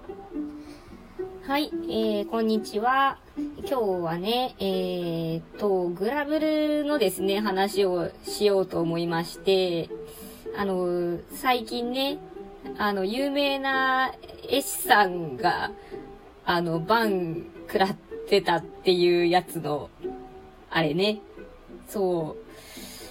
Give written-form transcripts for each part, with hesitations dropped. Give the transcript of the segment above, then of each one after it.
はい、こんにちは。今日はね、グラブルのですね、話をしようと思いまして、最近ね、有名な絵師さんが、バン食らってたっていうやつの、あれね、そう。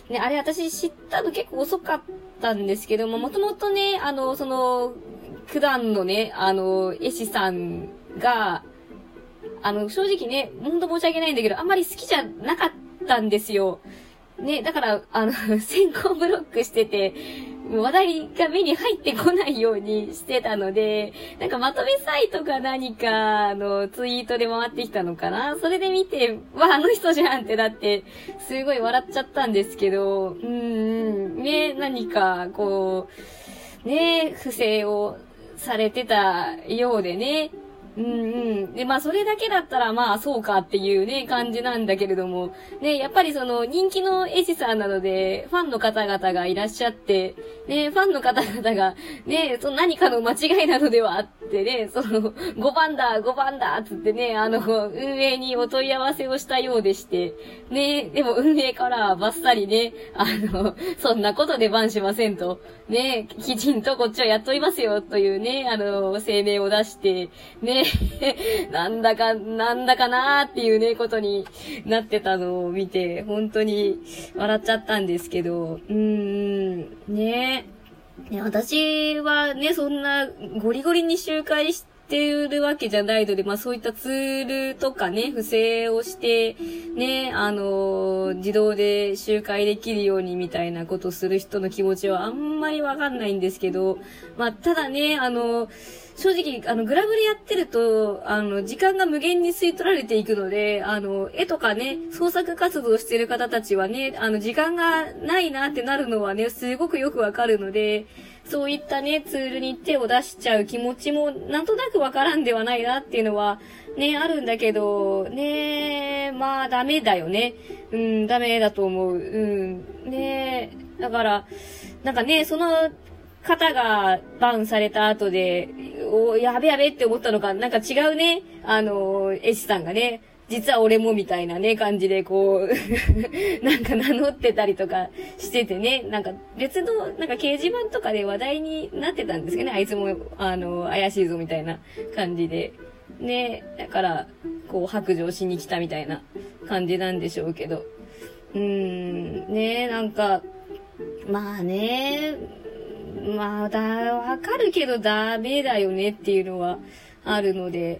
ね、あれ私知ったの結構遅かったんですけども、もともとね、九段のね、絵師さんが、正直ね、ほんと申し訳ないんだけど、あんまり好きじゃなかったんですよ。ね、だから、先行ブロックしてて、話題が目に入ってこないようにしてたので、なんかまとめサイトか何かツイートで回ってきたのかな、それで見て、あの人じゃんってなって、すごい笑っちゃったんですけど、ね、何か、こう、ね、不正をされてたようでね、で、まあ、それだけだったら、まあ、そうかっていうね、感じなんだけれども、ね、やっぱり人気の絵師さんなので、ファンの方々がいらっしゃって、ね、ファンの方々が、ね、何かの間違いなのではってね、5番だ、つってね、運営にお問い合わせをしたようでして、ね、でも運営からバッサリね、そんなことでバンしませんと、ね、きちんとこっちはやっといますよ、というね、声明を出して、ね、なんだかなーっていうね、ことになってたのを見て、本当に笑っちゃったんですけど、ね。私はね、そんなゴリゴリに周回してるわけじゃないので、まあそういったツールとかね、不正をして、ね、自動で周回できるようにみたいなことをする人の気持ちはあんまりわかんないんですけど、まあただね、正直、グラブルやってると、時間が無限に吸い取られていくので、絵とかね、創作活動してる方たちはね、時間がないなってなるのはね、すごくよくわかるので、そういったね、ツールに手を出しちゃう気持ちも、なんとなくわからんではないなっていうのは、ね、あるんだけど、ね、まあ、ダメだよね。ダメだと思う。ね、だから、なんかね、その方がバンされた後で、やべって思ったのか、なんか違うね、絵師さんがね、実は俺もみたいなね、感じでこう、なんか名乗ってたりとかしててね、なんか別の、なんか掲示板とかで話題になってたんですけどね、あいつも、怪しいぞみたいな感じで。ね、だから、こう、白状しに来たみたいな感じなんでしょうけど。ね、なんか、まあね、まあ、わかるけどダメだよねっていうのはあるので、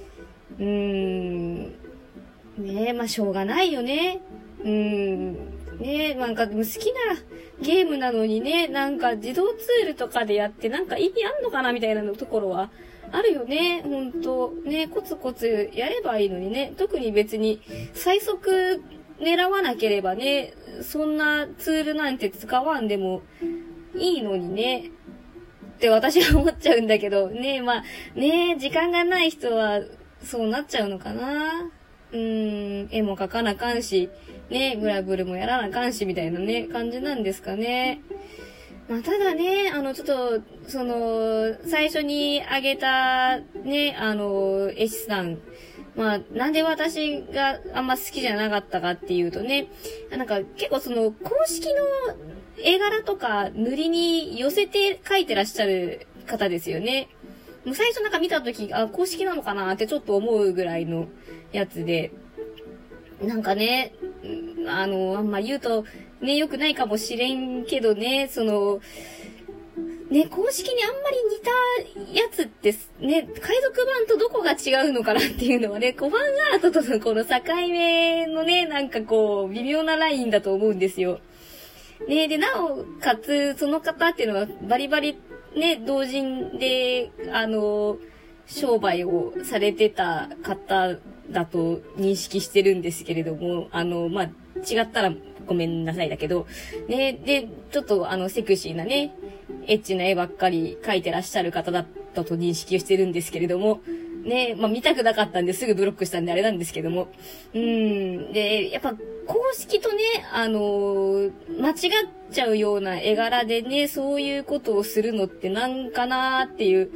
ねえ、まあ、しょうがないよね。ねえ、なんか、好きなゲームなのにね、なんか自動ツールとかでやって、なんか意味あんのかなみたいなところはあるよね。ほんと。ね、コツコツやればいいのにね。特に別に、最速狙わなければね、そんなツールなんて使わんでもいいのにね。って私は思っちゃうんだけど、ね、まあ、ね、時間がない人は、そうなっちゃうのかな。絵も描かなかんし、ね、グラブルもやらなかんし、みたいなね、感じなんですかね。まあ、ただね、ちょっと、最初に挙げた、ね、絵師さん。まあ、なんで私があんま好きじゃなかったかっていうとね、なんか結構公式の絵柄とか塗りに寄せて描いてらっしゃる方ですよね。もう最初なんか見たとき、公式なのかなってちょっと思うぐらいのやつで、なんかね、あんま言うとね、良くないかもしれんけどね、ね、公式にあんまり似たやつってね、海賊版とどこが違うのかなっていうのはね、ファンアートとのこの境目のね、なんかこう、微妙なラインだと思うんですよ。ね、で、なおかつ、その方っていうのはバリバリね、同人で、商売をされてた方だと認識してるんですけれども、まあ、違ったらごめんなさいだけど、ね、で、ちょっとセクシーなね、エッチな絵ばっかり描いてらっしゃる方だったと認識をしてるんですけれども、ね、まあ見たくなかったんですぐブロックしたんであれなんですけども。で、やっぱ公式とね、間違っちゃうような絵柄でね、そういうことをするのってなんかなーっていう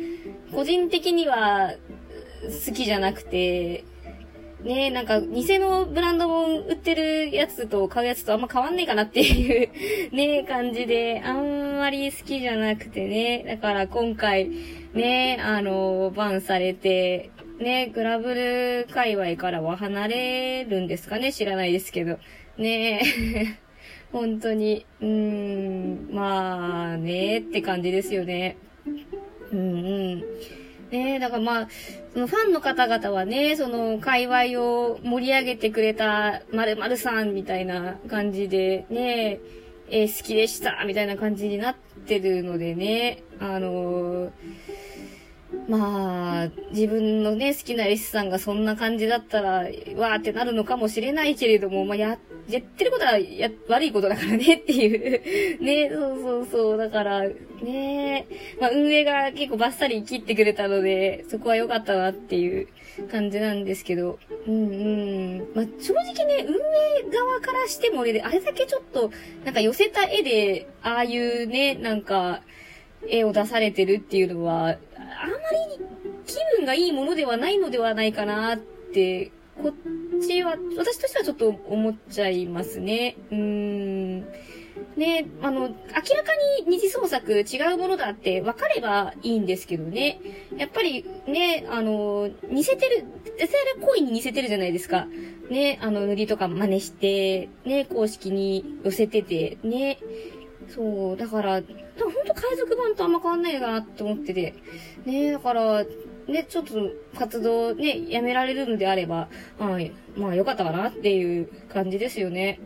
個人的には好きじゃなくて、ね、なんか、偽のブランドも売ってるやつと買うやつとあんま変わんねえかなっていうね、感じで、あんまり好きじゃなくてね。だから今回、ね、バンされて、ね、グラブル界隈からは離れるんですかね、知らないですけど。ね本当に、まあね、って感じですよね。ねだからまあ、そのファンの方々はね、その界隈を盛り上げてくれた〇〇さんみたいな感じでね、好きでしたみたいな感じになってるのでね、まあ、自分のね、好きな絵師さんがそんな感じだったら、わーってなるのかもしれないけれども、まあ、やってることは悪いことだからねっていう。ね、そう。だから、ね、まあ、運営が結構バッサリ切ってくれたので、そこは良かったなっていう感じなんですけど。まあ、正直ね、運営側からしてもね、あれだけちょっと、なんか寄せた絵で、ああいうね、なんか、絵を出されてるっていうのは、あんまり気分がいいものではないのではないかなって、こっちは、私としてはちょっと思っちゃいますね。ね、明らかに二次創作違うものだって分かればいいんですけどね。やっぱりね、似せてる、絶対あれ恋に似せてるじゃないですか。ね、塗りとか真似して、ね、公式に寄せてて、ね。そう、だから、ほんと海賊版とあんま変わんないのかなって思ってて。ね、だから、ね、ちょっと活動ね、やめられるのであれば、はい、まあ良かったかなっていう感じですよね。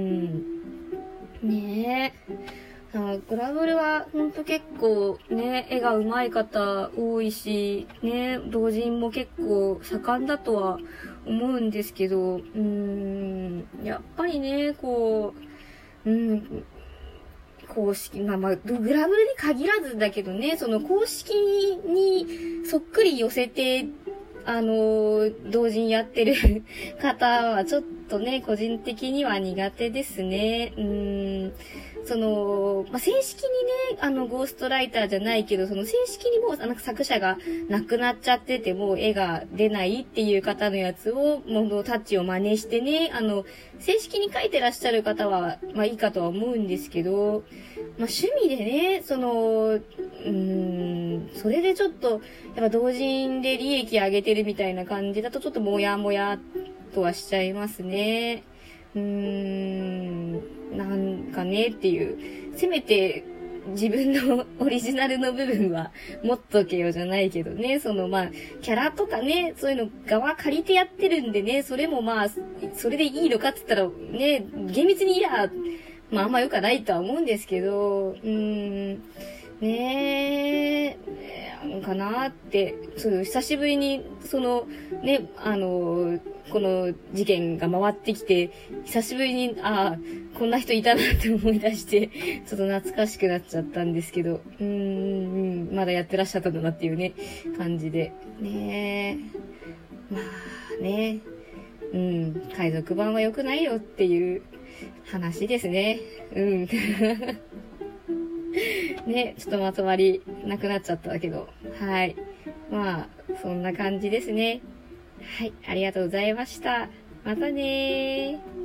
ねえ。グラブルはほんと結構ね、絵が上手い方多いし、ね、同人も結構盛んだとは思うんですけど、やっぱりね、こう、公式、まあ、グラブルに限らずだけどね、その公式にそっくり寄せて、同人やってる方はちょっとね、個人的には苦手ですね。まあ、正式にね、ゴーストライターじゃないけど、その正式にもう、作者が亡くなっちゃってて、もう絵が出ないっていう方のやつを、もうタッチを真似してね、正式に描いてらっしゃる方は、まあいいかとは思うんですけど、まあ趣味でね、それでちょっと、やっぱ同人で利益上げてるみたいな感じだと、ちょっともやもやとはしちゃいますね。なんかねっていう。せめて自分のオリジナルの部分は持っとけよじゃないけどね。まあ、キャラとかね、そういうの側借りてやってるんでね、それもまあ、それでいいのかって言ったらね、厳密にいや、まああんま良くはないとは思うんですけど、ねえ、かなって、久しぶりに、ね、この事件が回ってきて、久しぶりに、こんな人いたなって思い出して、ちょっと懐かしくなっちゃったんですけど、まだやってらっしゃったんだなっていうね、感じで。ねえ。まあね、海賊版は良くないよっていう話ですね。ね、ちょっとまとまりなくなっちゃったけど。はい。まあ、そんな感じですね。はい、ありがとうございました。またねー。